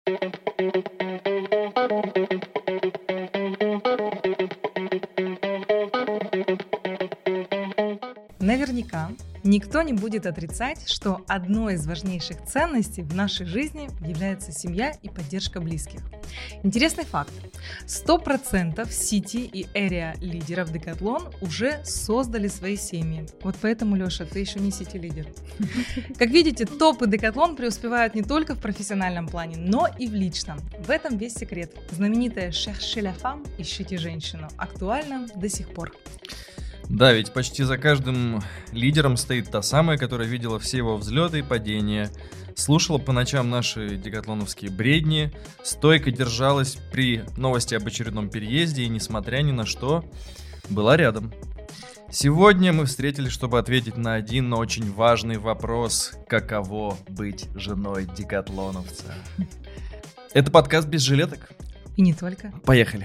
Наверняка никто не будет отрицать, что одной из важнейших ценностей в нашей жизни является семья и поддержка близких. Интересный факт. 100% сити и area лидеров Decathlon уже создали свои семьи. Вот поэтому, Леша, ты еще не сити-лидер. Как видите, топы Decathlon преуспевают не только в профессиональном плане, но и в личном. В этом весь секрет. Знаменитая «Cherchez la femme» – «Ищите женщину» актуальна до сих пор. Да, ведь почти за каждым лидером стоит та самая, которая видела все его взлеты и падения, слушала по ночам наши декатлоновские бредни, стойко держалась при новости об очередном переезде и, несмотря ни на что, была рядом. Сегодня мы встретились, чтобы ответить на один, но очень важный вопрос: каково быть женой декатлоновца? Это подкаст без жилеток. И не только. Поехали.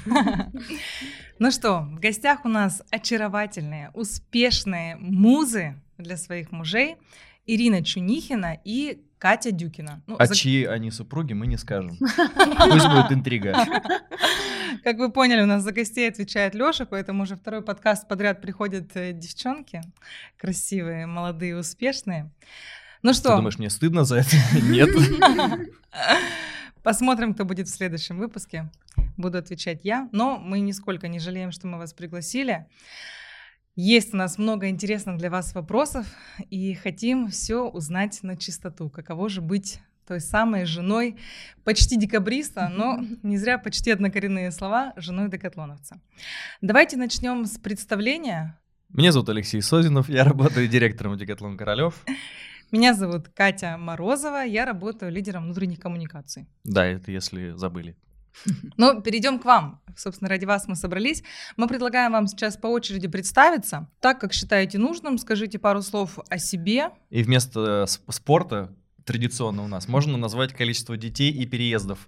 Ну что, в гостях у нас очаровательные, успешные музы для своих мужей Ирина Чунихина и Катя Дюкина. Чьи они супруги, мы не скажем. Пусть будет интрига. Как вы поняли, у нас за гостей отвечает Леша, поэтому уже второй подкаст подряд приходят девчонки, красивые, молодые, успешные. Ну что? Ты думаешь, мне стыдно за это? Нет. Посмотрим, кто будет в следующем выпуске. Буду отвечать я, но мы нисколько не жалеем, что мы вас пригласили. Есть у нас много интересных для вас вопросов, и хотим все узнать на чистоту. Каково же быть той самой женой почти декабриста, но не зря почти однокоренные слова, женой декатлоновца. Давайте начнем с представления. Меня зовут Алексей Созинов, я работаю директором Decathlon Королёв. Меня зовут Катя Морозова, я работаю лидером внутренних коммуникаций. Да, это если забыли. Но перейдем к вам. Собственно, ради вас мы собрались. Мы предлагаем вам сейчас по очереди представиться. Так, как считаете нужным, скажите пару слов о себе. И вместо спорта, традиционно у нас, можно назвать количество детей и переездов.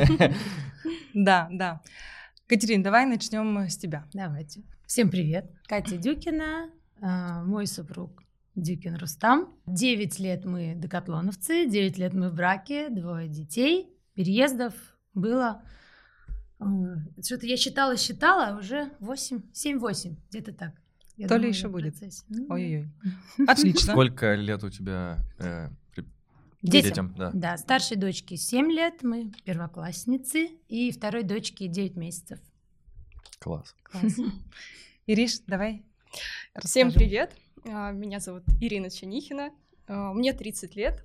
Да. Катерина, давай начнем с тебя. Давайте. Всем привет. Катя Дюкина, мой супруг Дюкин Рустам. 9 лет мы декатлоновцы, 9 лет мы в браке, 2 детей. Переездов было... Что-то я считала, уже 7-8, где-то так. Я То думаю, ли еще будет. Ой-ой-ой. Отлично. Сколько лет у тебя детям? Да, старшей дочке 7 лет, мы первоклассницы, и второй дочке 9 месяцев. Класс. Ириш, давай. Всем привет. Меня зовут Ирина Чунихина, мне 30 лет.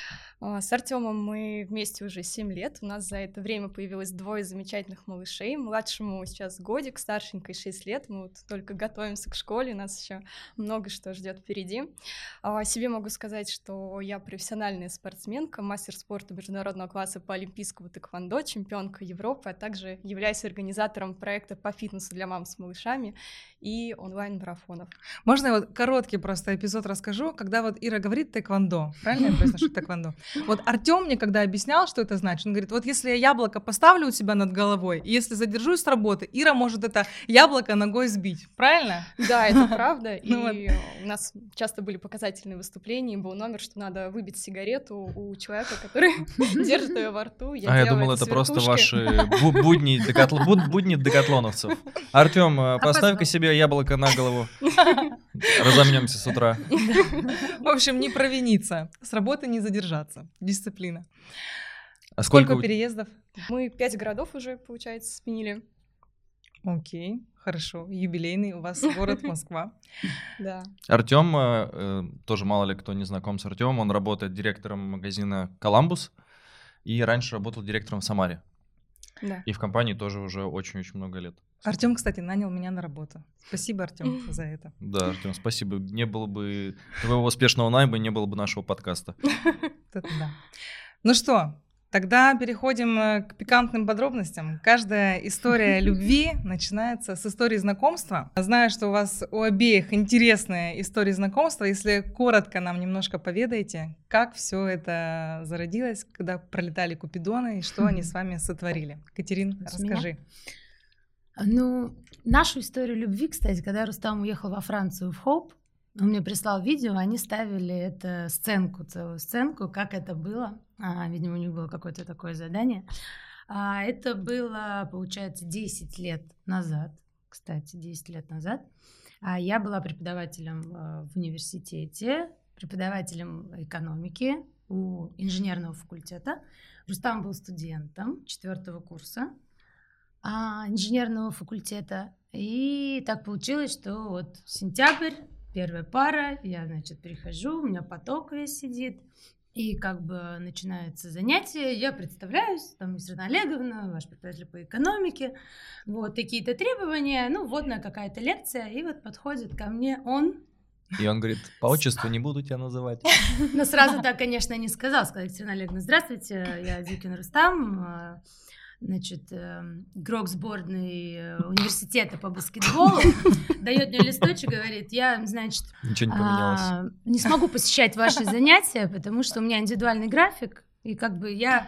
С Артёмом мы вместе уже 7 лет. У нас за это время появилось 2 замечательных малышей. Младшему сейчас годик, старшенькой 6 лет. Мы вот только готовимся к школе, нас еще много что ждет впереди. О себе могу сказать, что я профессиональная спортсменка, мастер спорта международного класса по олимпийскому тэквондо, чемпионка Европы, а также являюсь организатором проекта по фитнесу для мам с малышами и онлайн-марафонов. Можно я вот короткий просто эпизод расскажу, когда вот Ира говорит тэквондо, правильно я произношу тэквондо? Вот Артём мне когда объяснял, что это значит, он говорит, вот если я яблоко поставлю у себя над головой, и если задержусь с работы, Ира может это яблоко ногой сбить, правильно? Да, это правда, и у нас часто были показательные выступления, и был номер, что надо выбить сигарету у человека, который держит ее во рту. Я думал, это просто ваши будни декатлоновцев. Артём, поставь-ка себе яблоко на голову, разомнемся с утра. В общем, не провиниться, с работы не задержаться. Дисциплина. А сколько переездов? Мы 5 городов уже, получается, сменили. Окей, хорошо. Юбилейный у вас город Москва. Да. Артём, тоже мало ли кто не знаком с Артёмом, он работает директором магазина «Коламбус» и раньше работал директором в Самаре. Да. И в компании тоже уже очень-очень много лет. Артём, кстати, нанял меня на работу. Спасибо, Артём, за это. Да, Артём, спасибо. Не было бы твоего успешного найма, не было бы нашего подкаста. Это да. Ну что, тогда переходим к пикантным подробностям. Каждая история любви начинается с истории знакомства. Знаю, что у вас у обеих интересная история знакомства. Если коротко нам немножко поведаете, как все это зародилось, когда пролетали купидоны и что они с вами сотворили. Катерин, расскажи. Ну, нашу историю любви, кстати, когда Рустам уехал во Францию в Хоуп, Он мне прислал видео, они ставили это целую сценку, как это было. Видимо, у них было какое-то такое задание. Это было, получается, 10 лет назад. Кстати, 10 лет назад. Я была преподавателем в университете, преподавателем экономики у инженерного факультета. Рустам был студентом 4 курса инженерного факультета. И так получилось, что вот сентябрь, первая пара, я, значит, прихожу, у меня поток весь сидит, и как бы начинается занятие, я представляюсь, там, Ирина Олеговна, ваш преподаватель по экономике, вот, такие-то требования, вводная какая-то лекция, и вот подходит ко мне он. И он говорит, по отчеству не буду тебя называть. Но сразу так, конечно, не сказал, Ирина Олеговна, здравствуйте, я Дюкин Рустам, значит, игрок сборной университета по баскетболу, дает мне листочек, говорит, я, значит, ничего не поменялось. Не смогу посещать ваши занятия, потому что у меня индивидуальный график, и как бы я,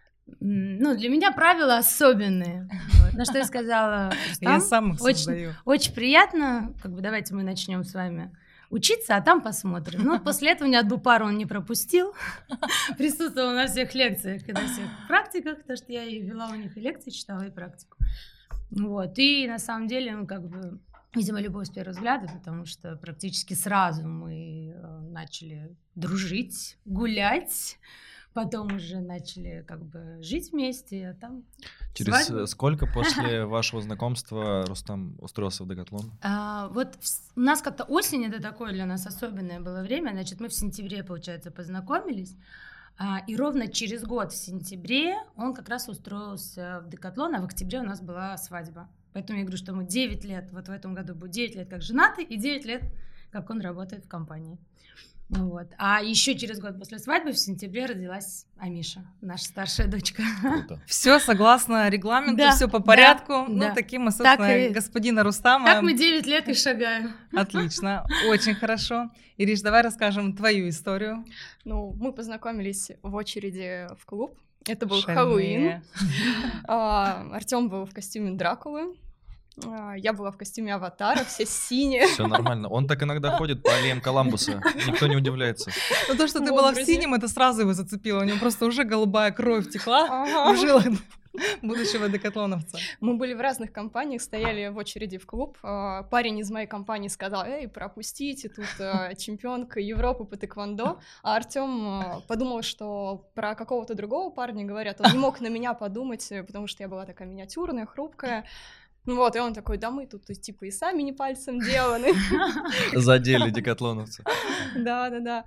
для меня правила особенные. Вот. На что я сказала, я сам их создаю. Очень приятно, как бы давайте мы начнем с вами учиться, а там посмотрим. После этого ни одну пару он не пропустил. Присутствовал на всех лекциях и на всех практиках, потому что я и вела у них и лекции, читала, и практику. Вот. И на самом деле, видимо, любовь с первого взгляда, потому что практически сразу мы начали дружить, гулять, потом уже начали как бы жить вместе, а там Через свадьба. Сколько после вашего знакомства Рустам устроился в Декатлон? Вот у нас как-то осень, это такое для нас особенное было время, значит, мы в сентябре, получается, познакомились, и ровно через год в сентябре он как раз устроился в Декатлон, а в октябре у нас была свадьба. Поэтому я говорю, что мы 9 лет, вот в этом году будет 9 лет как женаты и 9 лет, как он работает в компании. Вот. А еще через год после свадьбы в сентябре родилась Амиша, наша старшая дочка. Все согласно регламенту, Да, все по порядку. да. Таким мы, собственно, господина Рустама. Так мы 9 лет и шагаем. Отлично, очень хорошо. Ириш, давай расскажем твою историю. Мы познакомились в очереди в клуб. Это был Шальные. Хэллоуин. Артём был в костюме Дракулы. Я была в костюме Аватара, все синие. Все нормально. Он так иногда ходит по аллеям Коламбуса. Никто не удивляется. То, что ты была в синем, это сразу его зацепило. У него просто уже голубая кровь текла в жилах будущего декатлоновца. Мы были в разных компаниях, стояли в очереди в клуб. Парень из моей компании сказал: пропустите, тут чемпионка Европы по тэквондо. А Артём подумал, что про какого-то другого парня говорят. Он не мог на меня подумать, потому что я была такая миниатюрная, хрупкая. И он такой: да мы тут типа и сами не пальцем деланы. Задели декатлоновцы. Да.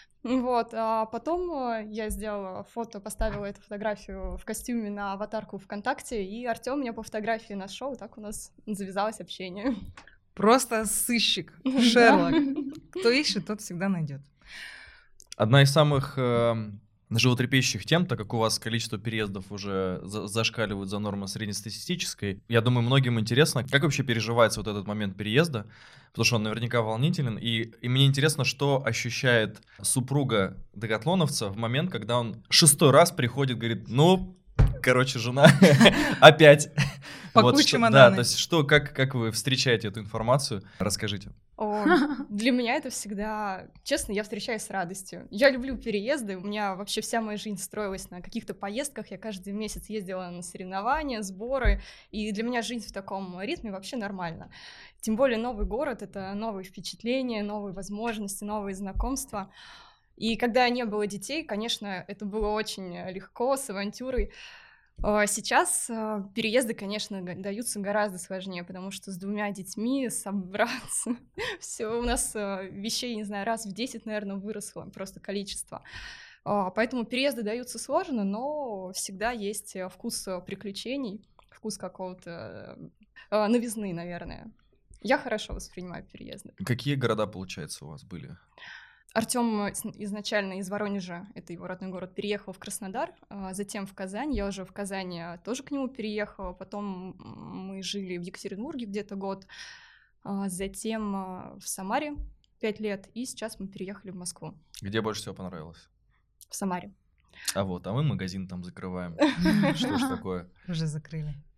А потом я сделала фото, поставила эту фотографию в костюме на аватарку ВКонтакте, и Артём меня по фотографии нашел, и так у нас завязалось общение. Просто сыщик, Шерлок. Кто ищет, тот всегда найдет. Одна из самых животрепещущих тем, так как у вас количество переездов уже зашкаливает за норму среднестатистической. Я думаю, многим интересно, как вообще переживается вот этот момент переезда, потому что он наверняка волнителен. И мне интересно, что ощущает супруга декатлоновца в момент, когда он 6-й раз приходит, говорит: жена опять. Пакуй чемоданы. Да, то есть как вы встречаете эту информацию? Расскажите. Для меня это всегда, честно, я встречаюсь с радостью. Я люблю переезды, у меня вообще вся моя жизнь строилась на каких-то поездках, я каждый месяц ездила на соревнования, сборы, и для меня жизнь в таком ритме вообще нормально. Тем более новый город — это новые впечатления, новые возможности, новые знакомства. И когда не было детей, конечно, это было очень легко, с авантюрой. Сейчас переезды, конечно, даются гораздо сложнее, потому что с 2 детьми собраться, все у нас вещей, не знаю, раз в 10, наверное, выросло просто количество. Поэтому переезды даются сложно, но всегда есть вкус приключений, вкус какого-то новизны, наверное. Я хорошо воспринимаю переезды. Какие города, получается, у вас были? Артём изначально из Воронежа, это его родной город, переехал в Краснодар, затем в Казань. Я уже в Казани тоже к нему переехала. Потом мы жили в Екатеринбурге где-то год, затем в Самаре 5 лет, и сейчас мы переехали в Москву. Где больше всего понравилось? В Самаре. А мы магазин там закрываем. Что ж такое? Уже закрыли.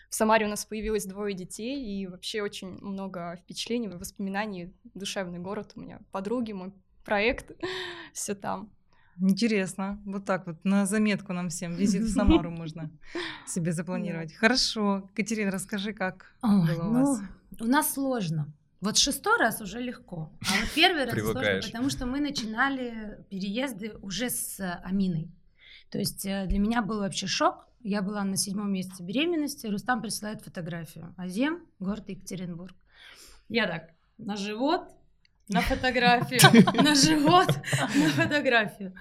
В Самаре у нас появилось 2 детей, и вообще очень много впечатлений, воспоминаний. Душевный город у меня, подруги, мой проект, все там. Интересно. Вот так вот на заметку нам всем. Визит в Самару можно себе запланировать. Хорошо. Катерина, расскажи, как было у вас? У нас сложно. Вот 6-й раз уже легко, а вот 1-й раз сложно, потому что мы начинали переезды уже с Аминой. То есть для меня был вообще шок. Я была на 7-м месяце беременности, Рустам присылает фотографию. Азем, город Екатеринбург. Я так, на живот, на фотографию, на живот, на фотографию.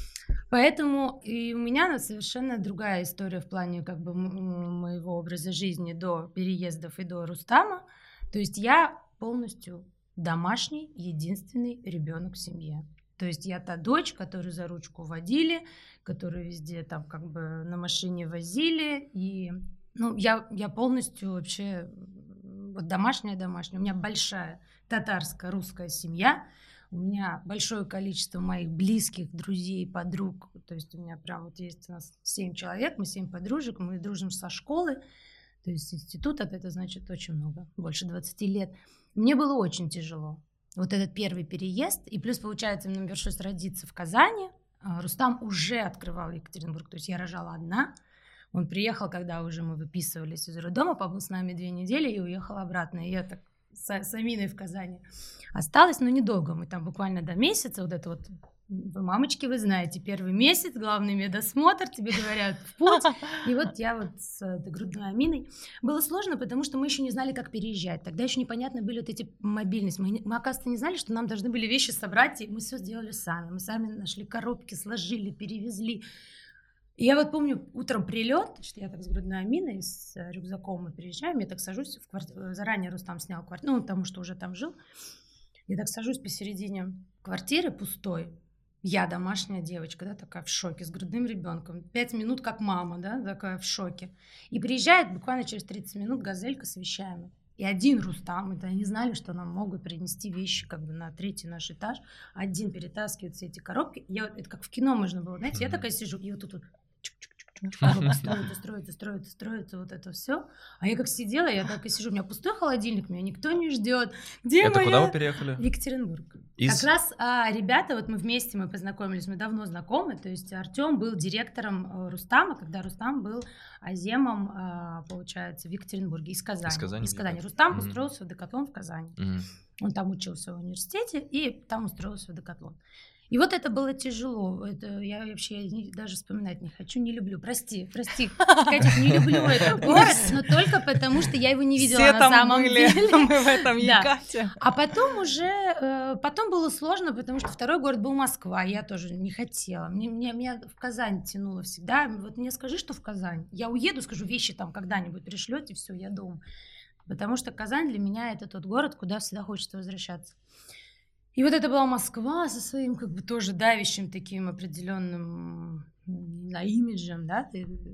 Поэтому и у меня совершенно другая история в плане как бы моего образа жизни до переездов и до Рустама. То есть я полностью домашний, единственный ребенок в семье. То есть я та дочь, которую за ручку водили, которую везде там как бы на машине возили. И я полностью вообще вот домашняя. У меня большая татарская русская семья. У меня большое количество моих близких друзей, подруг. То есть у меня прям вот есть у нас 7 человек, мы 7 подружек, мы дружим со школы. То есть институт, это значит очень много, больше 20 лет. Мне было очень тяжело. Вот этот первый переезд, и плюс, получается, мне пришлось родиться в Казани. Рустам уже открывал Екатеринбург, то есть я рожала одна. Он приехал, когда уже мы выписывались из роддома, побыл с нами 2 недели и уехал обратно. И я так с Аминой в Казани осталась, но недолго. Мы там буквально до месяца, вот это вот, вы, мамочки, вы знаете, 1-й месяц, главный медосмотр, тебе говорят в путь. И вот я вот с грудной Аминой. Было сложно, потому что мы еще не знали, как переезжать. Тогда еще непонятно были вот эти мобильности. Мы, оказывается, не знали, что нам должны были вещи собрать, и мы все сделали сами. Мы сами нашли коробки, сложили, перевезли. И я вот помню, утром прилет, что я так с грудной Аминой, с рюкзаком мы приезжаем, я так сажусь в квартиру, заранее Рустам снял квартиру, ну, потому что уже там жил. Я так сажусь посередине квартиры пустой. Я домашняя девочка, да, такая в шоке, с грудным ребенком. 5 минут как мама, да, такая в шоке. И приезжает буквально через 30 минут газелька с вещами. И один Рустам, это они знали, что нам могут принести вещи как бы на 3-й наш этаж. Один перетаскивает все эти коробки. Это как в кино можно было, знаете, я такая сижу, и вот тут вот строится вот это все. А я как сидела, я так и сижу, у меня пустой холодильник, меня никто не ждет. Где Это моя? куда вы переехали? В Екатеринбург. Как раз ребята, вот мы вместе, мы познакомились, мы давно знакомы, то есть Артём был директором Рустама, когда Рустам был аземом, получается, в Екатеринбурге, из Казани. Из Казани. Рустам устроился в Декатлон в Казани. Он там учился в университете и там устроился в Декатлон. И вот это было тяжело. Это я вообще даже вспоминать не хочу, не люблю. Прости, Катя, не люблю этот город, но только потому, что я его не видела все на самом деле. Мы в этом Екате. А потом уже, потом было сложно, потому что 2-й город был Москва, я тоже не хотела. Меня в Казань тянуло всегда. Вот мне скажи, что в Казань. Я уеду, скажу, вещи там когда-нибудь пришлете, все, я дома. Потому что Казань для меня это тот город, куда всегда хочется возвращаться. И вот это была Москва со своим как бы тоже давящим таким определенным имиджем, да,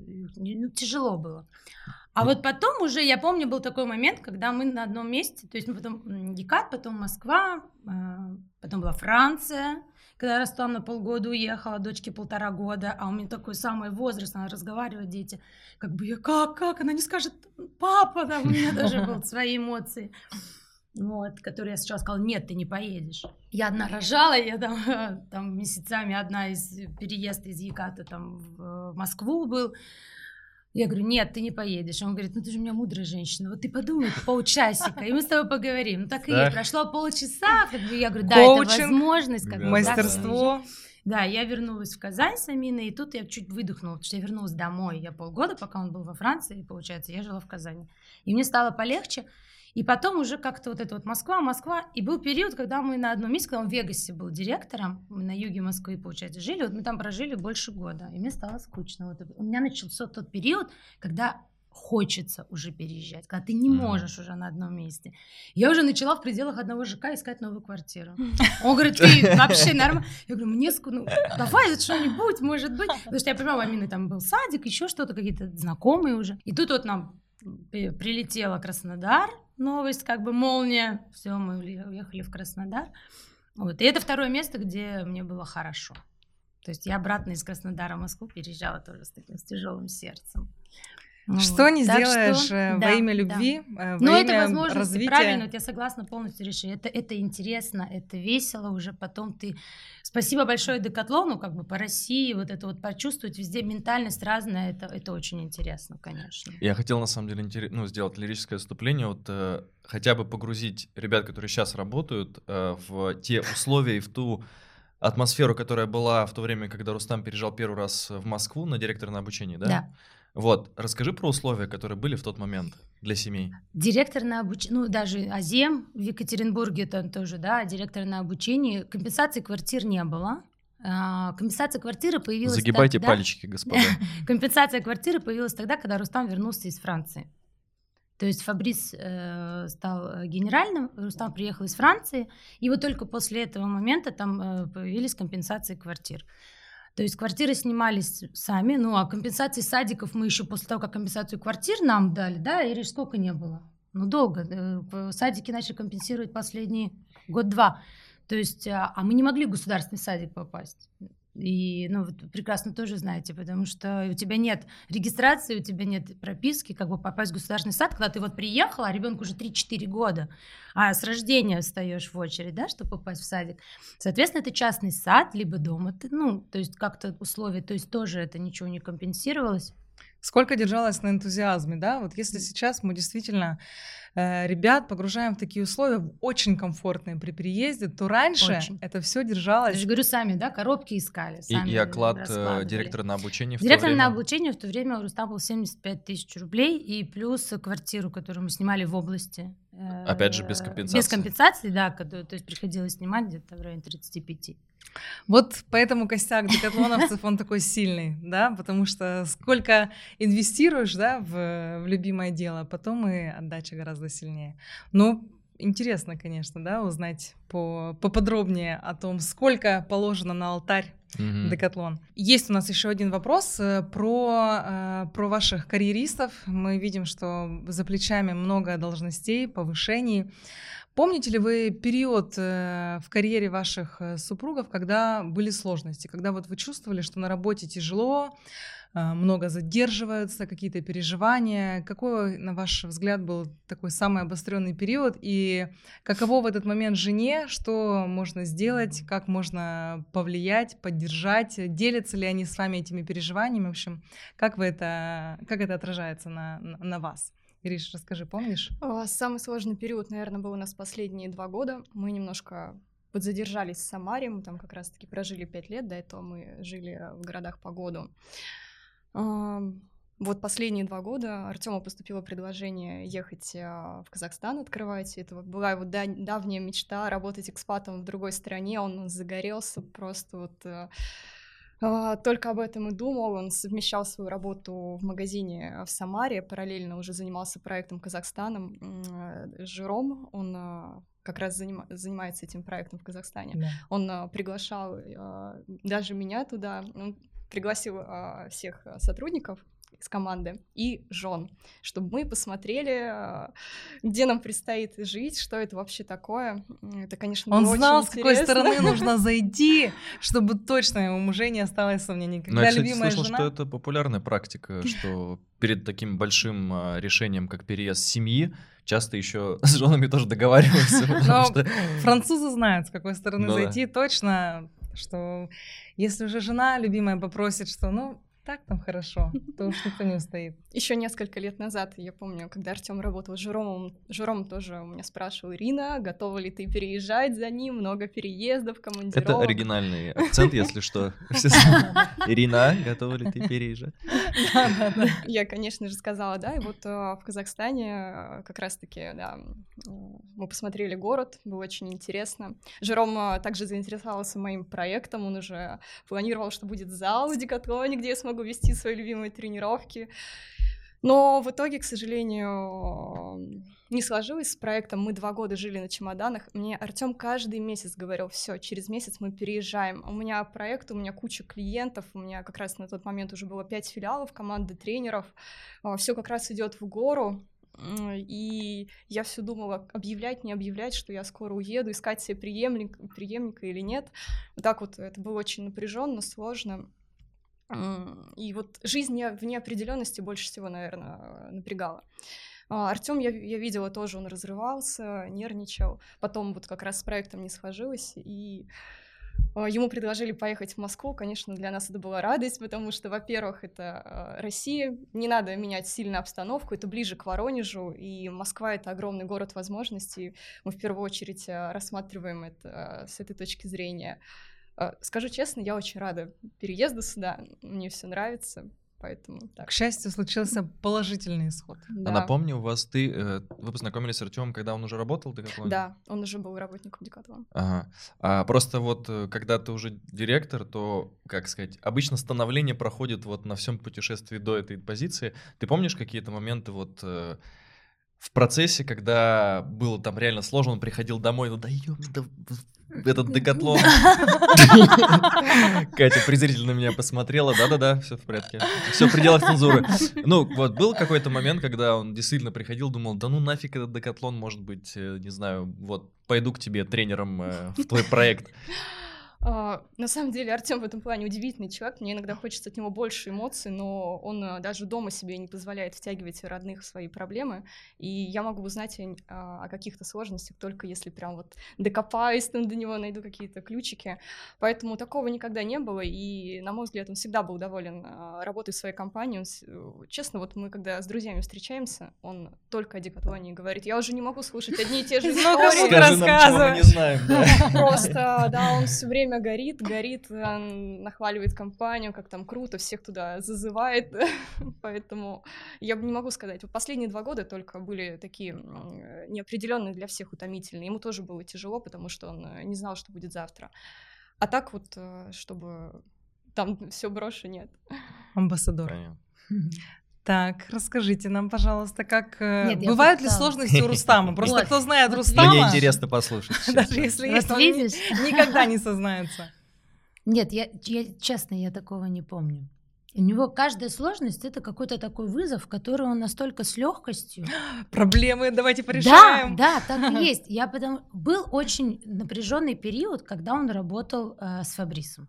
тяжело было. А вот потом уже, я помню, был такой момент, когда мы на одном месте, то есть мы потом Екат, потом Москва, потом была Франция, когда Рустам на полгода уехала, дочке 1,5 года, а у меня такой самый возраст, она разговаривает, дети, как бы, как, она не скажет папа, да, у меня даже были свои эмоции. Вот, который я сначала сказала, нет, ты не поедешь. Я одна рожала, я там месяцами переезд из Еката там в Москву был. Я говорю, нет, ты не поедешь. Он говорит, ну ты же у меня мудрая женщина, вот ты подумай полчасика, и мы с тобой поговорим. Ну так и есть, прошло полчаса, как бы я говорю, да, это возможность. Как бы, мастерство. Да, я вернулась в Казань с Аминой, и тут я чуть выдохнула, потому что я вернулась домой. Я полгода, пока он был во Франции, получается, я жила в Казани. И мне стало полегче. И потом уже как-то вот это вот Москва. И был период, когда мы на одном месте, когда он в Вегасе был директором, мы на юге Москвы, получается, жили, вот мы там прожили больше года, и мне стало скучно. Вот у меня начался тот период, когда хочется уже переезжать, когда ты не можешь уже на одном месте. Я уже начала в пределах одного ЖК искать новую квартиру. Он говорит, ты вообще нормально? Я говорю, мне скучно, давай что-нибудь, может быть. Потому что я понимала, у Амины там был садик, еще что-то, какие-то знакомые уже. И тут вот нам прилетела Краснодар, новость, как бы молния. Все, мы уехали в Краснодар. Вот. И это 2-е место, где мне было хорошо. То есть я обратно из Краснодара в Москву переезжала тоже с таким тяжелым сердцем. Что не Так сделаешь что, во имя любви, во Но это имя возможности, развития. правильно, вот я согласна полностью, Риша. Это интересно, это весело уже потом ты... Спасибо большое Декатлону, как бы по России, вот это вот почувствовать, везде ментальность разная, это очень интересно, конечно. Я хотел, на самом деле, сделать лирическое отступление, вот хотя бы погрузить ребят, которые сейчас работают, в те условия и в ту атмосферу, которая была в то время, когда Рустам переезжал первый раз в Москву на директора на обучение, да? Да. Вот, расскажи про условия, которые были в тот момент для семей. Директор на обучение, ну, даже Азем в Екатеринбурге там тоже, да, директор на обучении, компенсации квартир не было. Компенсация квартиры появилась Загибайте тогда... пальчики, господа. Компенсация квартиры появилась тогда, когда Рустам вернулся из Франции. То есть Фабрис стал генеральным, Рустам приехал из Франции, и вот только после этого момента там появились компенсации квартир. То есть квартиры снимались сами, ну а компенсации садиков мы еще после того, как компенсацию квартир нам дали, да, Ириш, сколько не было? Ну долго. Садики начали компенсировать последний год-два. То есть, а мы не могли в государственный садик попасть. И, ну, вы прекрасно тоже знаете, потому что у тебя нет регистрации, у тебя нет прописки, как бы попасть в государственный сад, когда ты вот приехала, а ребенку уже 3-4 года, а с рождения встаешь в очередь, да, чтобы попасть в садик. Соответственно, это частный сад, либо дома, ну, то есть как-то условия, то есть тоже это ничего не компенсировалось. Сколько держалось на энтузиазме, да? Вот если сейчас мы действительно ребят погружаем в такие условия, очень комфортные при переезде, то раньше это все держалось. Я же говорю, сами, да, коробки искали, сами и оклад раскладывали. директора на обучение в Директор то время? на обучение в то время у Рустама был 75 тысяч рублей, и плюс квартиру, которую мы снимали в области. Опять же, без компенсации. Без компенсации, да, то есть приходилось снимать где-то в районе 35. Вот поэтому костяк декатлоновцев, он такой сильный, да, потому что сколько инвестируешь, да, в любимое дело, потом и отдача гораздо сильнее. Но интересно, конечно, да, узнать поподробнее о том, сколько положено на алтарь Декатлон. Есть у нас еще один вопрос про ваших карьеристов. Мы видим, что за плечами много должностей, повышений. Помните ли вы период в карьере ваших супругов, когда были сложности, когда вот вы чувствовали, что на работе тяжело, много задерживаются, какие-то переживания? Какой, на ваш взгляд, был такой самый обостренный период? И каково в этот момент жене? Что можно сделать? Как можно повлиять, поддержать? Делятся ли они с вами этими переживаниями? В общем, как это отражается на вас? Ириш, расскажи, помнишь? Самый сложный период, наверное, был у нас последние 2 года. Мы немножко подзадержались в Самаре, мы там как раз-таки прожили 5 лет, до этого мы жили в городах по году. Вот последние 2 года Артёму поступило предложение ехать в Казахстан, открывать. Это была его давняя мечта работать экспатом в другой стране. Он загорелся просто вот... Только об этом и думал. Он совмещал свою работу в магазине в Самаре, параллельно уже занимался проектом Казахстаном. Жером, он как раз занимается этим проектом в Казахстане. Да. Он приглашал даже меня туда, он пригласил всех сотрудников из команды и жен, чтобы мы посмотрели, где нам предстоит жить, что это вообще такое. Это, конечно, он было знал, очень с какой интересно. стороны нужно зайти, чтобы точно у мужа не осталось сомнений. Когда я, кстати, любимая слышал, жена... что это популярная практика, что перед таким большим решением, как переезд семьи, часто еще с женами тоже договариваются. Но французы знают, с какой стороны зайти точно, что если уже жена любимая попросит, что так там хорошо, то уж никто не устоит. Еще несколько лет назад, я помню, когда Артём работал с Жеромом тоже у меня спрашивал: Ирина, готова ли ты переезжать за ним? Много переездов, командировок. Это оригинальный акцент, если что. Ирина, готова ли ты переезжать? Я, конечно же, сказала да, и вот в Казахстане как раз-таки, да, мы посмотрели город, было очень интересно. Жером также заинтересовался моим проектом, он уже планировал, что будет зал в Декатлоне, где я смогу вести свои любимые тренировки. Но в итоге, к сожалению, не сложилось с проектом. Мы 2 года жили на чемоданах. Мне Артём каждый месяц говорил: все, через месяц мы переезжаем. У меня проект, у меня куча клиентов, у меня как раз на тот момент уже было 5 филиалов, команда тренеров. Все как раз идет в гору. И я все думала, объявлять, не объявлять, что я скоро уеду, искать себе преемника или нет. Вот так вот это было очень напряженно, сложно. И вот жизнь в неопределенности больше всего, наверное, напрягала. Артём, я видела тоже, он разрывался, нервничал. Потом вот как раз с проектом не сложилось, и ему предложили поехать в Москву. Конечно, для нас это была радость, потому что, во-первых, это Россия, не надо менять сильно обстановку, это ближе к Воронежу, и Москва — это огромный город возможностей. Мы в первую очередь рассматриваем это с этой точки зрения. Скажу честно, я очень рада переезду сюда, мне все нравится, поэтому так. К счастью, случился положительный исход. Да. А напомню, вы познакомились с Артёмом, когда он уже работал в Декатлоне? Да, он уже был работником Декатлона. Ага. А просто вот когда ты уже директор, то, как сказать, обычно становление проходит вот на всем путешествии до этой позиции. Ты помнишь какие-то моменты вот в процессе, когда было там реально сложно, он приходил домой, ну да этот Декатлон. Катя презрительно на меня посмотрела. Да-да-да, все в порядке. Все в пределах цензуры. Ну, вот был какой-то момент, когда он действительно приходил, думал, да ну нафиг этот Декатлон, может быть, не знаю, вот пойду к тебе тренером в твой проект. На самом деле Артём в этом плане удивительный человек, мне иногда хочется от него больше эмоций, но он даже дома себе не позволяет втягивать родных в свои проблемы, и я могу узнать о каких-то сложностях только если прям вот докопаюсь там до него, найду какие-то ключики, поэтому такого никогда не было, и, на мой взгляд, он всегда был доволен работой в своей компании. Честно, вот мы когда с друзьями встречаемся, он только о Декатлоне говорит, я уже не могу слушать одни и те же истории. Скажи нам, чего мы не знаем. Просто, да, он все время горит, нахваливает компанию, как там круто, всех туда зазывает, поэтому я не могу сказать. Вот последние 2 года только были такие неопределенные для всех, утомительные. Ему тоже было тяжело, потому что он не знал, что будет завтра. А так вот, чтобы там все брошу, нет. Амбассадор. Понятно. Так, расскажите нам, пожалуйста, как бывают ли сложности у Рустама? Просто Вот, кто знает вот Рустама, Мне интересно послушать. даже если Вот есть, он видишь? никогда не сознается. Нет, я честно, я такого не помню. У него каждая сложность — это какой-то такой вызов, который он настолько с легкостью. Проблемы давайте порешаем. Да, так и есть. Был очень напряженный период, когда он работал с Фабрисом.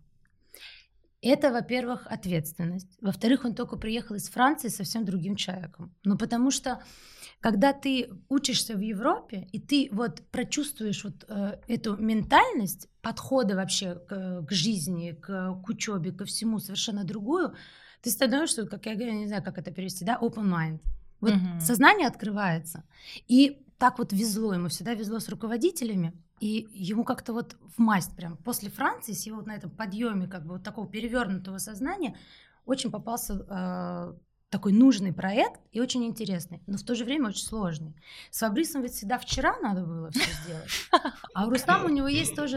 Это, во-первых, ответственность. Во-вторых, он только приехал из Франции совсем другим человеком. Ну, потому что, когда ты учишься в Европе, и ты вот прочувствуешь вот эту ментальность подхода вообще к жизни, к учебе, ко всему совершенно другую, ты становишься, как я говорю, не знаю, как это перевести, да, open mind. Вот сознание открывается. И так вот везло, ему всегда везло с руководителями. И ему как-то вот в масть прям после Франции, с его вот на этом подъеме как бы вот такого перевернутого сознания, очень попался такой нужный проект и очень интересный, но в то же время очень сложный. С Фабрисом ведь всегда вчера надо было все сделать. А у Рустама у него есть тоже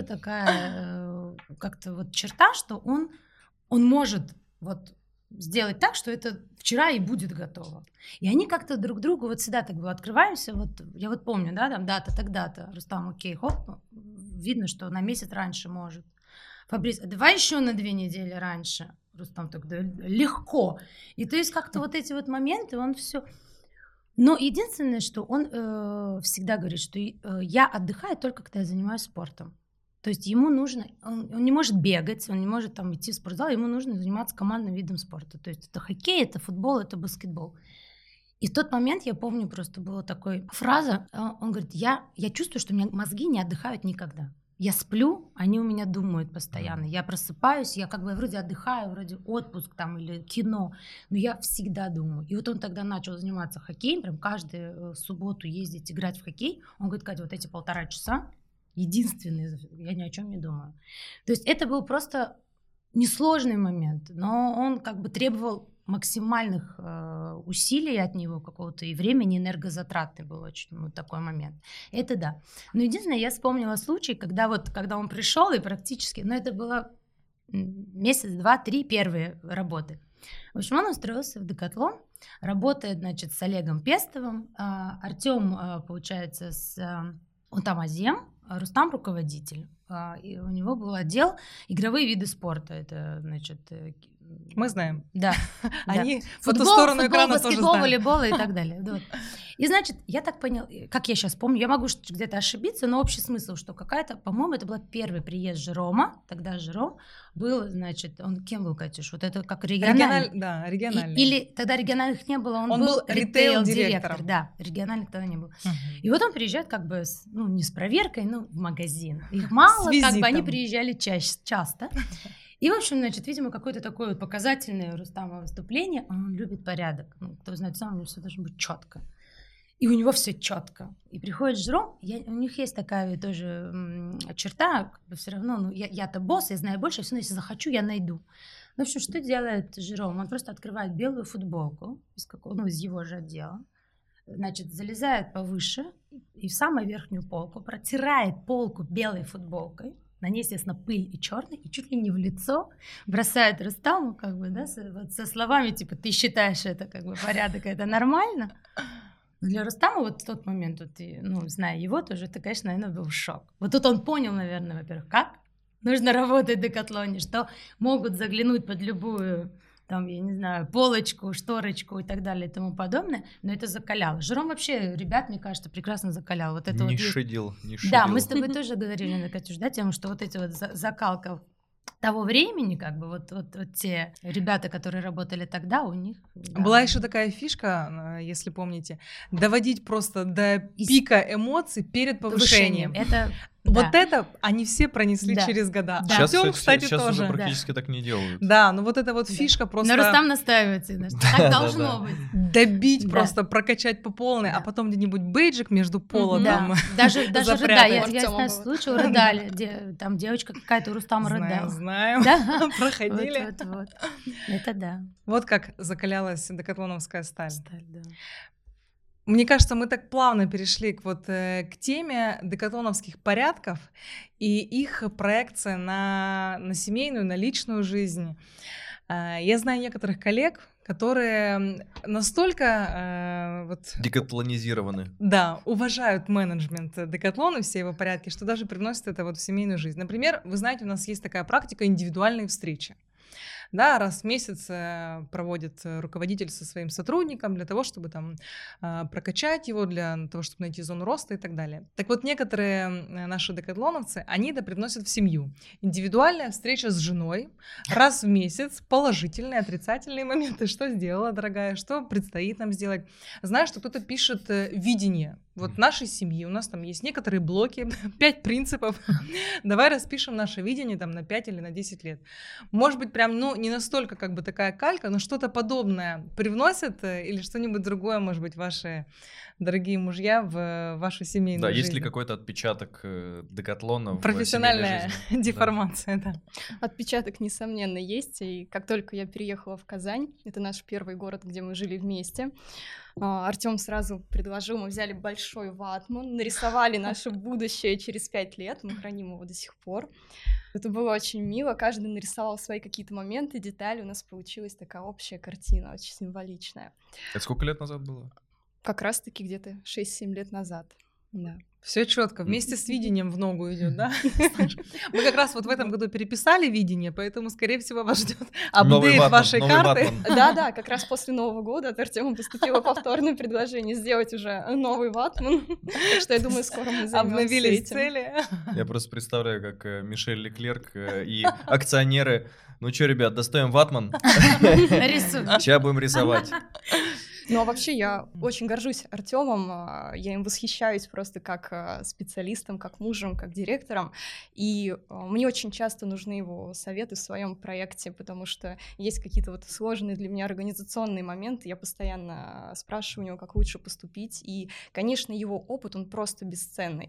такая как-то вот черта, что он может вот сделать так, что это вчера и будет готово. И они как-то друг другу вот всегда так было открываемся. Вот я вот помню, да, там дата, тогда-то. Рустам, окей, хоп, видно, что на месяц раньше может. Фабрис, давай еще на 2 недели раньше. Рустам так, да, легко. И то есть как-то вот эти вот моменты, он все. Но единственное, что он всегда говорит, что я отдыхаю только когда я занимаюсь спортом. То есть ему нужно, он не может бегать, он не может там идти в спортзал, ему нужно заниматься командным видом спорта. То есть это хоккей, это футбол, это баскетбол. И в тот момент, я помню, просто была такая фраза, он говорит, я чувствую, что у меня мозги не отдыхают никогда. Я сплю, они у меня думают постоянно. Я просыпаюсь, я как бы вроде отдыхаю, вроде отпуск там или кино, но я всегда думаю. И вот он тогда начал заниматься хоккеем, прям каждую субботу ездить играть в хоккей. Он говорит, Катя, вот эти 1,5 часа, единственный, я ни о чем не думаю. То есть это был просто несложный момент, но он как бы требовал максимальных усилий от него какого-то и времени, энергозатратный был очень вот такой момент. Это да. Но единственное, я вспомнила случай, когда он пришел и практически, это было месяц, 2, 3 первые работы. В общем, он устроился в Декатлон, работает, значит, с Олегом Пестовым, Артём, получается, он там азем, Рустам руководитель, и у него был отдел игровые виды спорта, это, значит, Мы знаем. Да. Они по ту Футбол, сторону экрана тоже баскетбол, знают. волейбол и так далее. Вот. И значит, я так поняла, как я сейчас помню, я могу где-то ошибиться, но общий смысл, что какая-то, по-моему, это был первый приезд Жерома, тогда Жером был, значит, он кем был, Катюш? Вот это как региональный. Да, региональный. Или тогда региональных не было, он был ритейл-директор. Да, региональных тогда не было. И вот он приезжает как бы, не с проверкой, но в магазин. Их мало, как бы они приезжали часто. И, в общем, значит, видимо, какое-то такое вот показательное у Рустама выступление. Он любит порядок. Кто знает, сам у него все должно быть четко. И у него все четко. И приходит Жером, у них есть такая тоже черта, как бы все равно, я-то босс, я знаю больше, все, если захочу, я найду. В общем, что делает Жером? Он просто открывает белую футболку из его же отдела, значит, залезает повыше и в самую верхнюю полку, протирает полку белой футболкой, на ней, естественно, пыль и черный, и чуть ли не в лицо бросает Рустаму, как бы, да, со словами, типа, ты считаешь это, как бы, порядок, это нормально? Но для Рустама вот в тот момент, вот, зная его тоже, это, конечно, наверное, был шок. Вот тут он понял, наверное, во-первых, как нужно работать в Декатлоне, что могут заглянуть под любую, там, я не знаю, полочку, шторочку и так далее и тому подобное, но это закаляло. Жером вообще ребят, мне кажется, прекрасно закалял. Вот это не вот шидил. Да, мы с тобой тоже говорили, Катюш, да, тему, что вот эти вот закалка того времени, как бы, вот те ребята, которые работали тогда, у них... Да. Была еще такая фишка, если помните, доводить просто до пика эмоций перед повышением. Это... Вот это они все пронесли через года. Да. Сейчас, Артём, кстати, сейчас тоже. уже практически так не делают. Да, но вот эта вот фишка просто... Но Рустам настаивает всегда, что так должно быть. Добить просто, прокачать по полной, а потом где-нибудь бейджик между пола там даже запрятать. Я знаю случай, рыдали, там девочка какая-то у Рустама рыдала. Знаем, проходили. Вот. Это да. Вот как закалялась декатлоновская сталь. Да. Мне кажется, мы так плавно перешли к теме декатлоновских порядков и их проекция на семейную, на личную жизнь. Я знаю некоторых коллег, которые настолько декатлонизированы. Да, уважают менеджмент Декатлона, все его порядки, что даже привносят это в семейную жизнь. Например, вы знаете, у нас есть такая практика индивидуальные встречи. Да, раз в месяц проводит руководитель со своим сотрудником для того, чтобы там прокачать его, для того, чтобы найти зону роста и так далее. Так вот, некоторые наши декатлоновцы, они это привносят в семью. Индивидуальная встреча с женой раз в месяц, положительные, отрицательные моменты. Что сделала, дорогая, что предстоит нам сделать. Знаю, что кто-то пишет видение. Вот нашей семьи, у нас там есть некоторые блоки, 5 принципов. Давай распишем наше видение там на 5 или на 10 лет. Может быть, прям, не настолько как бы такая калька, но что-то подобное привносят или что-нибудь другое, может быть, ваши дорогие мужья в вашу семейную жизнь. Да, есть ли какой-то отпечаток Декатлона профессиональная в семейной жизни? деформация, да. Отпечаток, несомненно, есть, и как только я переехала в Казань, это наш первый город, где мы жили вместе, Артём сразу предложил, мы взяли большой ватман, нарисовали наше будущее через 5 лет, мы храним его до сих пор. Это было очень мило, каждый нарисовал свои какие-то моменты, детали, у нас получилась такая общая картина, очень символичная. Это сколько лет назад было? Как раз-таки где-то 6-7 лет назад, да. Все четко, вместе с видением в ногу идет, да? Мы как раз вот в этом году переписали видение, поэтому, скорее всего, вас ждет апдейт вашей карты. Да, как раз после Нового года от Артёма поступило повторное предложение сделать уже новый ватман. Так что я думаю, скоро мы займёмся обновились этим. цели. Я просто представляю, как Мишель Леклерк и акционеры. Ну что, ребят, достаем ватман. Рисуем. Сейчас будем рисовать. Ну, а вообще я очень горжусь Артёмом, я им восхищаюсь просто как специалистом, как мужем, как директором, и мне очень часто нужны его советы в своем проекте, потому что есть какие-то вот сложные для меня организационные моменты, я постоянно спрашиваю у него, как лучше поступить, и, конечно, его опыт, он просто бесценный.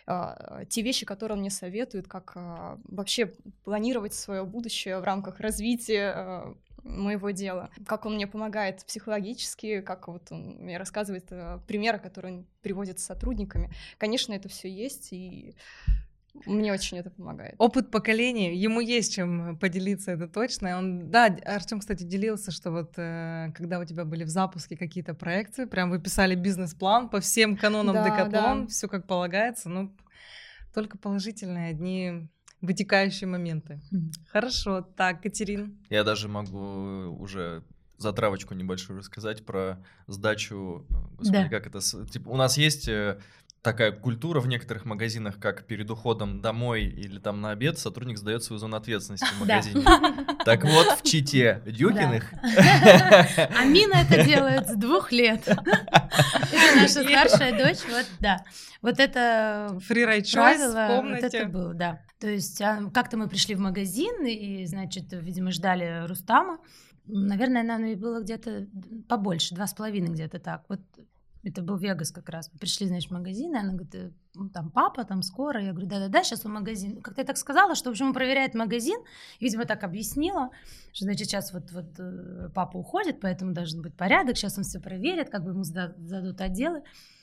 Те вещи, которые он мне советует, как вообще планировать свое будущее в рамках развития моего дела, как он мне помогает психологически, как вот он мне рассказывает примеры, которые он приводит с сотрудниками. Конечно, это все есть, и мне очень это помогает. Опыт поколений, ему есть чем поделиться, это точно. Артём, кстати, делился, что вот когда у тебя были в запуске какие-то проекты, прям вы писали бизнес-план по всем канонам Декатлон, все как полагается, только положительные, одни вытекающие моменты. Хорошо. Так, Катерин. Я даже могу уже затравочку небольшую рассказать про сдачу. Господи, как это... Типа, у нас есть такая культура в некоторых магазинах, как перед уходом домой или там на обед сотрудник сдает свою зону ответственности в магазине. Так вот, в Чите Дюкиных... Амина это делает с 2 лет. Это наша старшая дочь, вот, да. Вот это Free ride choice правило, в комнате. вот это было, да. То есть как-то мы пришли в магазин, и, значит, видимо, ждали Рустама. Наверное, нам и было где-то побольше, 2,5 где-то так. Вот это был Вегас как раз. Мы пришли, значит, в магазин, и она говорит, там папа, там скоро. Я говорю, да-да-да, сейчас в магазин. Как-то я так сказала, что, в общем, он проверяет магазин. И, видимо, так объяснила, что, значит, сейчас вот папа уходит, поэтому должен быть порядок. Сейчас он все проверит, как бы ему зададут отделы.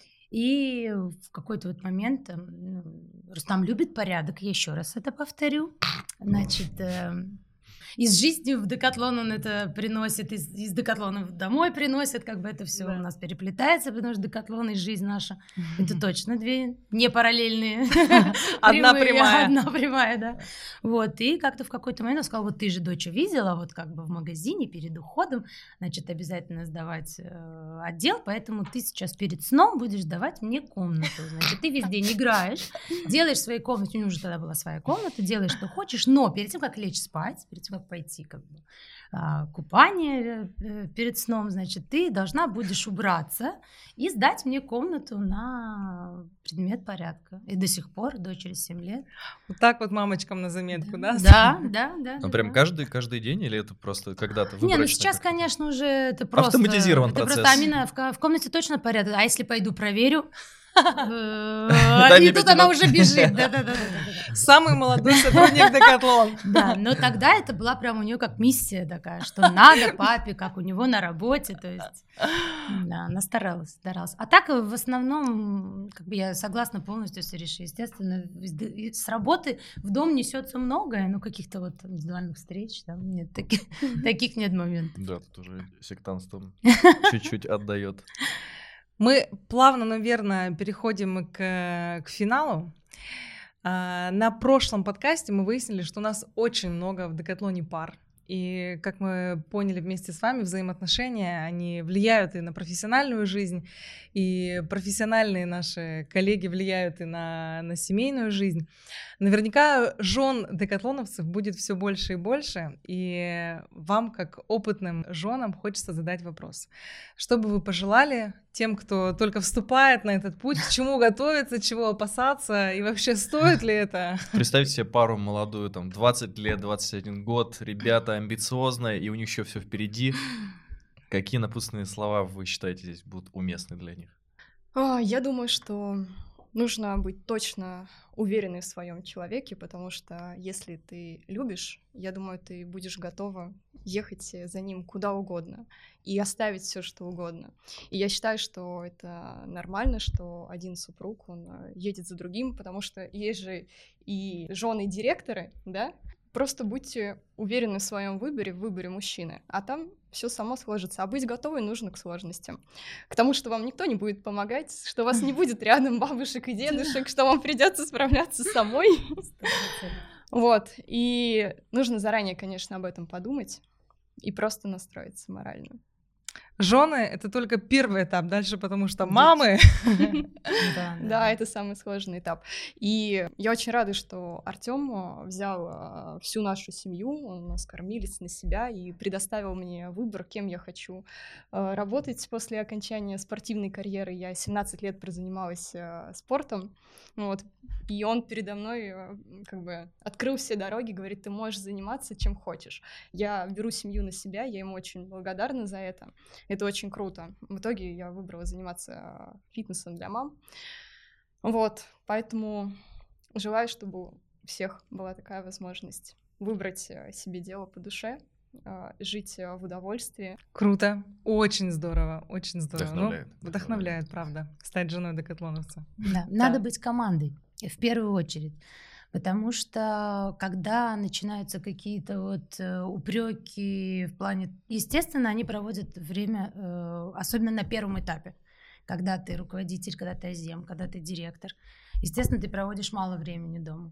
И в какой-то вот момент Рустам любит порядок. Я еще раз это повторю. Значит... Из жизни в Декатлон он это приносит, из Декатлона домой приносит, как бы это все у нас переплетается, потому что Декатлон и жизнь наша — это точно 2 не параллельные. Одна прямая. Одна прямая, да. Вот, и как-то в какой-то момент он сказал, вот ты же, дочь, видела, вот как бы в магазине перед уходом, значит, обязательно сдавать отдел, поэтому ты сейчас перед сном будешь давать мне комнату. Значит, ты весь день играешь, делаешь в своей комнате, у него уже тогда была своя комната, делаешь, что хочешь, но перед тем, как лечь спать, перед тем, как пойти как бы купание перед сном, значит, ты должна будешь убраться и сдать мне комнату на предмет порядка. И до сих пор, дочери 7 лет. Вот так вот мамочкам на заметку, да? Да. Ну, прям каждый день или это просто когда-то выборочно? Не, ну сейчас, конечно, уже это просто... Автоматизирован процесс. Просто Амина в комнате точно порядок, а если пойду проверю... И тут она уже бежит. Самый молодой сотрудник Декатлон. Да, но тогда это была прям у нее как миссия такая, что надо папе, как у него на работе, то есть, да, она старалась. А так, в основном, как бы я согласна полностью с Иришей, естественно, с работы в дом несется многое, но каких-то вот индивидуальных встреч, там нет, таких нет моментов. Да, тут уже сектантством чуть-чуть отдает. Мы плавно, наверное, переходим к финалу. На прошлом подкасте мы выяснили, что у нас очень много в Декатлоне пар. И, как мы поняли вместе с вами, взаимоотношения, они влияют и на профессиональную жизнь, и профессиональные наши коллеги влияют и на семейную жизнь. Наверняка жен декатлоновцев будет все больше и больше, и вам, как опытным женам, хочется задать вопрос. Что бы вы пожелали тем, кто только вступает на этот путь, к чему готовиться, чего опасаться, и вообще стоит ли это? Представьте себе пару молодую, там, 20 лет, 21 год, ребята амбициозные, и у них еще все впереди. Какие напутственные слова вы считаете здесь будут уместны для них? Я думаю, что нужно быть точно уверенной в своем человеке, потому что если ты любишь, я думаю, ты будешь готова ехать за ним куда угодно и оставить все, что угодно. И я считаю, что это нормально, что один супруг, он едет за другим, потому что есть же и жены-директоры, да? Просто будьте уверены в своем выборе, в выборе мужчины, а там все само сложится. А быть готовой нужно к сложностям. К тому, что вам никто не будет помогать, что у вас не будет рядом бабушек и дедушек, что вам придется справляться самой. Вот. И нужно заранее, конечно, об этом подумать и просто настроиться морально. Жены — это только первый этап, дальше потому что мамы... Да, это самый сложный этап. И я очень рада, что Артём взял всю нашу семью, он нас кормилец на себя и предоставил мне выбор, кем я хочу работать после окончания спортивной карьеры. Я 17 лет прозанималась спортом, вот, и он передо мной как бы открыл все дороги, говорит, ты можешь заниматься чем хочешь. Я беру семью на себя, я ему очень благодарна за это. Это очень круто. В итоге я выбрала заниматься фитнесом для мам. Вот, поэтому желаю, чтобы у всех была такая возможность выбрать себе дело по душе, жить в удовольствии. Круто, очень здорово, очень здорово. Вдохновляет, правда, стать женой декатлоновца. Да, надо быть командой, в первую очередь. Потому что когда начинаются какие-то вот упреки в плане... Естественно, они проводят время, особенно на первом этапе, когда ты руководитель, когда ты АЗЕМ, когда ты директор. Естественно, ты проводишь мало времени дома.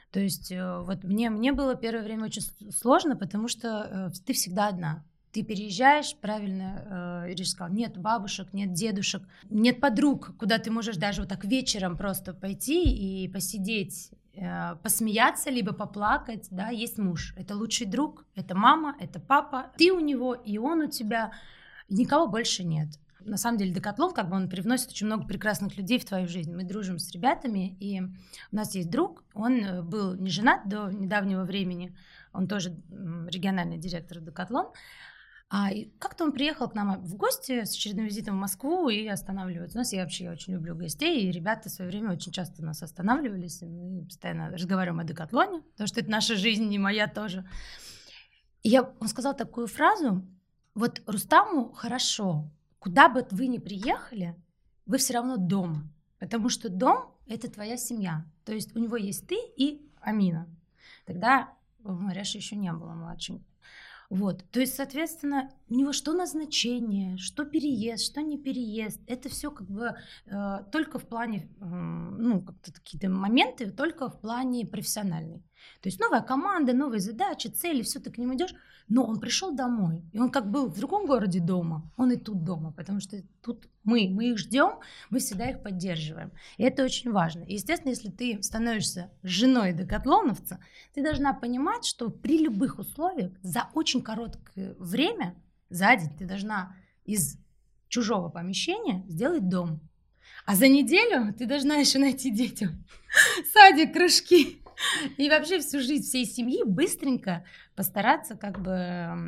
То есть вот мне было первое время очень сложно, потому что ты всегда одна. Ты переезжаешь, правильно Ириш сказал, нет бабушек, нет дедушек, нет подруг, куда ты можешь даже вот так вечером просто пойти и посидеть, посмеяться, либо поплакать, да, есть муж, это лучший друг, это мама, это папа, ты у него, и он у тебя, и никого больше нет. На самом деле Декатлон, как бы он привносит очень много прекрасных людей в твою жизнь. Мы дружим с ребятами, и у нас есть друг, он был не женат до недавнего времени, он тоже региональный директор Декатлон. И как-то он приехал к нам в гости с очередным визитом в Москву и останавливается. У нас я очень люблю гостей, и ребята в свое время очень часто нас останавливались, и мы постоянно разговариваем о Декатлоне, потому что это наша жизнь, и моя тоже. И он сказал такую фразу: вот Рустаму хорошо, куда бы вы ни приехали, вы все равно дома, потому что дом — это твоя семья. То есть у него есть ты и Амина. Тогда Маряши еще не было младшим. Вот, то есть, соответственно, у него что назначение, что переезд, что не переезд, это все как бы только в плане, как-то какие-то моменты, только в плане профессиональной. То есть новая команда, новые задачи, цели, все, ты к ним идешь, но он пришел домой, и он как был в другом городе дома, он и тут дома, потому что тут мы их ждем, мы всегда их поддерживаем, и это очень важно. И, естественно, если ты становишься женой декатлоновца, ты должна понимать, что при любых условиях за очень короткое время, за день, ты должна из чужого помещения сделать дом, а за неделю ты должна еще найти детям садик, кружки. И вообще всю жизнь всей семьи быстренько постараться как бы,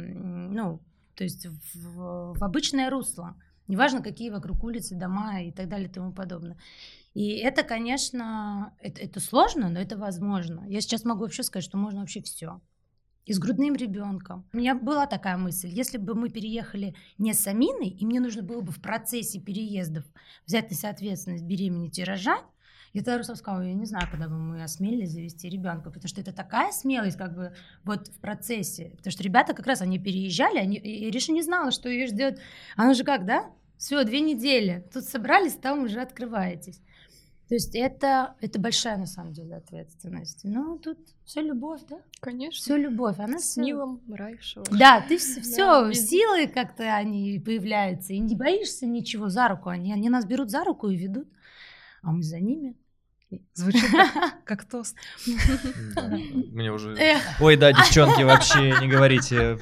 то есть в обычное русло. Неважно, какие вокруг улицы, дома и так далее и тому подобное. И это, конечно, это сложно, но это возможно. Я сейчас могу вообще сказать, что можно вообще все. И с грудным ребенком. У меня была такая мысль, если бы мы переехали не с Аминой, и мне нужно было бы в процессе переездов взять на себя ответственность, беременеть и рожать, я тогда Рустам сказала, я не знаю, когда бы мы осмелились завести ребенка, потому что это такая смелость как бы вот в процессе. Потому что ребята как раз, они переезжали, и Ириша не знала, что ее ждет. Она же как, да? Все, 2 недели. Тут собрались, там уже открываетесь. То есть это большая на самом деле ответственность. Но тут все любовь, да? Конечно. Все любовь. Она с Нилом Раишева. Да, ты все силы как-то они появляются. И не боишься ничего за руку. Они нас берут за руку и ведут, а мы за ними. Звучит как тост. Мне уже... Ой, да, девчонки, вообще не говорите.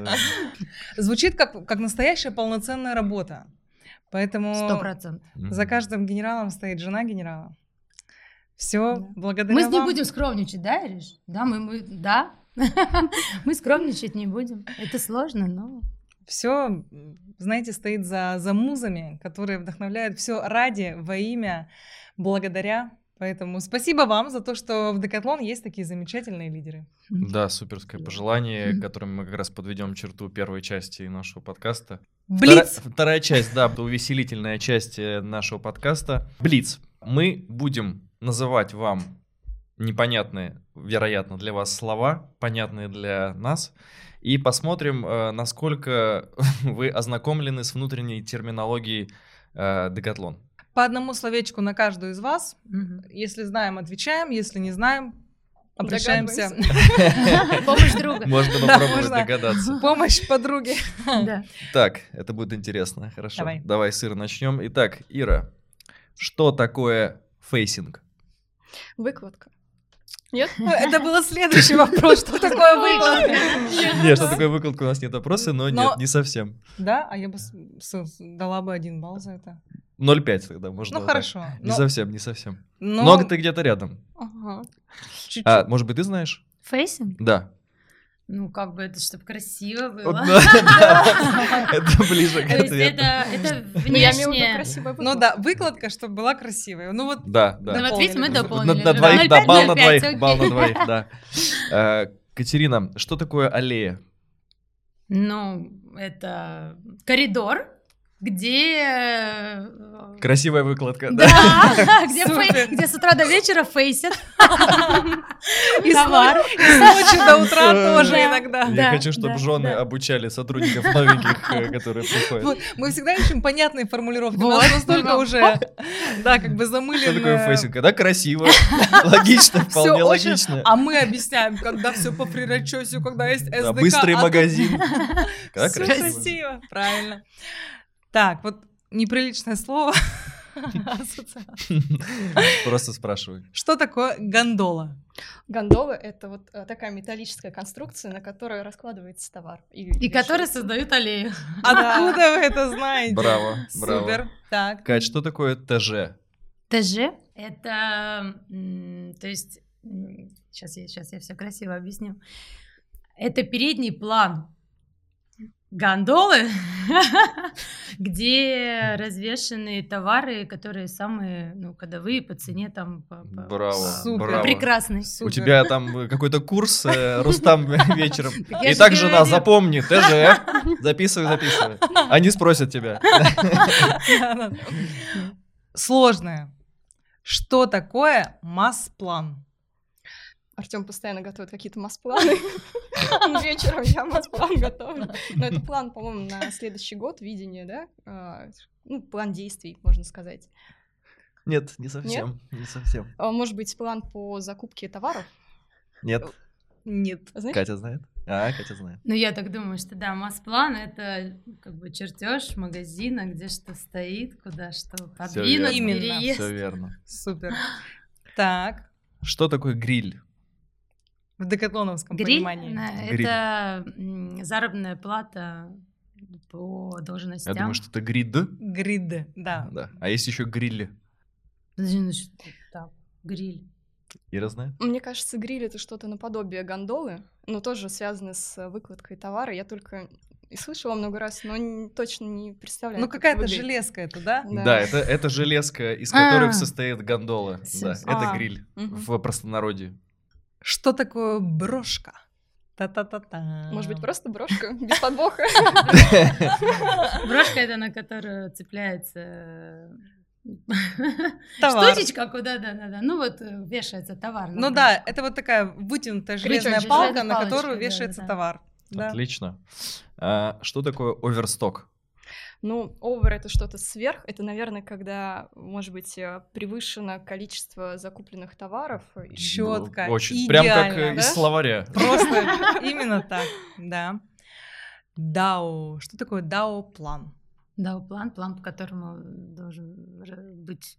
Звучит как настоящая полноценная работа. Поэтому 100%. За каждым генералом стоит жена генерала. Все, благодаря мы вам. Мы не будем скромничать, да, Ириш? Да, да. Мы скромничать не будем. Это сложно, но... Все, знаете, стоит за музами, которые вдохновляют, все ради, во имя, благодаря. Поэтому спасибо вам за то, что в Декатлон есть такие замечательные лидеры. Да, суперское пожелание, которым мы как раз подведем черту первой части нашего подкаста. Блиц! Вторая часть, да, увеселительная часть нашего подкаста. Блиц. Мы будем называть вам непонятные, вероятно, для вас слова, понятные для нас, и посмотрим, насколько вы ознакомлены с внутренней терминологией Декатлон. По одному словечку на каждую из вас. Если знаем, отвечаем. Если не знаем, обращаемся. Помощь друга. Можно попробовать догадаться. Помощь подруги. Так, это будет интересно. Хорошо. Давай с Ирой начнем. Итак, Ира, что такое фейсинг? Выкладка. Нет? Это был следующий вопрос. Что такое выкладка? Нет, что такое выкладка, у нас нет вопроса, но нет, не совсем. Да? А я бы дала бы 1 балл за это. 0,5 тогда можно. Ну хорошо. Не совсем. Но ты где-то рядом. Ага. Может быть, ты знаешь? Фейсинг? Да. Ну, как бы это, чтобы красиво было. Это ближе к ответу. Это внешне. Ну да, выкладка, чтобы была красивая. Ну вот. Да. Ну вот видите, мы дополнили. На двоих, да, балл на двоих, да. Катерина, что такое аллея? Ну, это коридор, где... Красивая выкладка, да? Да, Супер. где с утра до вечера фейсят И с товар. ночи до утра тоже иногда. Я Да, хочу, чтобы да, жены да. обучали сотрудников новеньких, которые Вот, приходят. мы всегда ищем понятные формулировки. У Вот. нас настолько уже, да, как бы Что такое замыленное. фейсинг? Когда красиво, логично, Всё вполне очень- логично. А мы объясняем, когда все по прирочёсию, когда есть СДК. Да, быстрый а магазин. Когда Всё красиво. красиво. Правильно. Так, вот неприличное слово. Ассоциация. Просто спрашивай. Что такое гондола? Гондола — это вот такая металлическая конструкция, на которой раскладывается товар. И которые создают аллею. Откуда вы это знаете? Браво, браво. Супер. Так. Кать, что такое ТЖ? ТЖ — это, то есть, сейчас я все красиво объясню. Это передний план гондолы, где развешаны товары, которые самые, ходовые по цене там. Браво, Супер. браво. Прекрасный. У Супер. тебя там какой-то курс, Рустам, вечером. Так я же Итак, жена, говорю. запомни, ТЖ. Записывай. Они спросят тебя. Да-да. Сложное. Что такое масс-план? Артём постоянно готовит какие-то масс-планы. Вечером я масс-план готовлю. Но это план, по-моему, на следующий год, видение, да? План действий, можно сказать. Нет, не совсем. Не совсем. Может быть, план по закупке товаров? Нет. Нет. Знаете? Катя знает? Катя знает. Ну, я так думаю, что да, масс-план — это как бы чертеж магазина, где что стоит, куда что подвинуть, верно. переезд. Все верно. Супер. Так. Что такое гриль? В декатлоновском Гриль — понимании. Гриль. это заработная плата по должностям. Я думаю, что это грид. Грид, да. Да. А есть еще гриль. Подожди, ну что так, гриль. Ира знает? Мне кажется, гриль — это что-то наподобие гондолы, но тоже связано с выкладкой товара. Я только и слышала много раз, но точно не представляю. Ну, как какая-то выглядит. железка это, да? Да, это железка, из которых А. состоит гондола. Всё, Да, всё. это А. гриль Мгм. в простонародье. Что такое брошка? Та-та-та-та. Может быть, просто брошка, без подвоха. Брошка — это на которую цепляется Товар. штучечка, куда, да. Ну вот вешается товар. на Ну да, брошку. это вот такая вытянутая Крючок, железная железная палка, на палочка, которую да, вешается да. товар. Да. Отлично. Что такое оверсток? Ну, овер — это что-то сверх. Это, наверное, когда, может быть, превышено количество закупленных товаров. Чётко, Очень. Прям как идеально, из да? словаря. Просто именно так, да. DAO. Что такое DAO-план? Да, план, по которому должен быть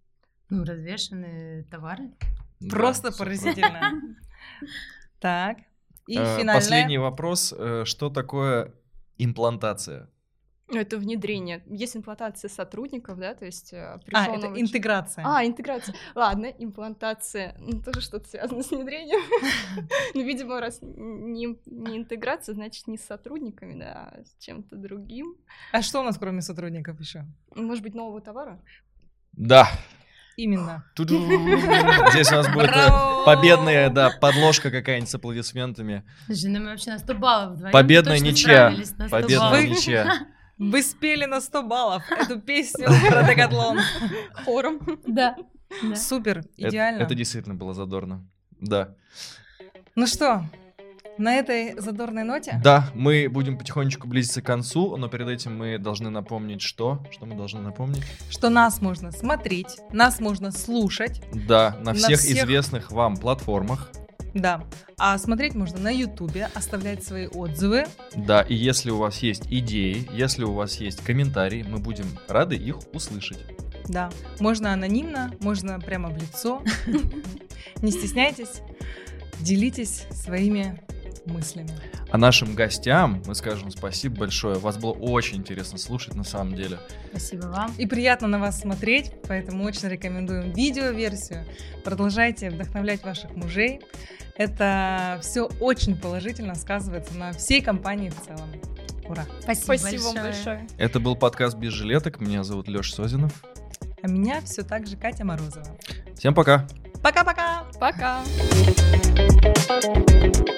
развешаны товары. Да, Просто супер. поразительно. Так. И финальное. Последний вопрос. Что такое имплантация? Это внедрение. Есть имплантация сотрудников, да, то есть пришёл Это новый интеграция. интеграция. Ладно, имплантация. Тоже что-то связано с внедрением. Ну, видимо, раз не интеграция, значит, не с сотрудниками, да, а с чем-то другим. А что у нас кроме сотрудников еще? Может быть, нового товара? Да. Именно. Ту-ду. Здесь у нас будет Браво! победная, да, подложка какая-нибудь с аплодисментами. Слушай, ну мы вообще на 100 баллов вдвоем Победная точно ничья. справились на 100 Победная баллов. ничья. Вы спели на 100 баллов эту песню про Декатлон. Хором. Да. Да. Супер, Это- идеально. Это действительно было задорно. Да. Ну что, на этой задорной ноте? Да, мы будем потихонечку близиться к концу, но перед этим мы должны напомнить, что? Что мы должны напомнить? Что нас можно смотреть, нас можно слушать, Да, на всех всех- известных вам платформах. да. А смотреть можно на Ютубе, оставлять свои отзывы. Да, и если у вас есть идеи, если у вас есть комментарии, мы будем рады их услышать. Да, можно анонимно, можно прямо в лицо. Не стесняйтесь, делитесь своими мыслями. А нашим гостям мы скажем спасибо большое. Вас было очень интересно слушать на самом деле. Спасибо вам. И приятно на вас смотреть, поэтому очень рекомендуем видеоверсию. Продолжайте вдохновлять ваших мужей. Это все очень положительно сказывается на всей компании в целом. Ура! Спасибо вам большое. Это был подкаст «Без жилеток». Меня зовут Лёша Созинов. А меня все так же Катя Морозова. Всем пока! Пока-пока! Пока.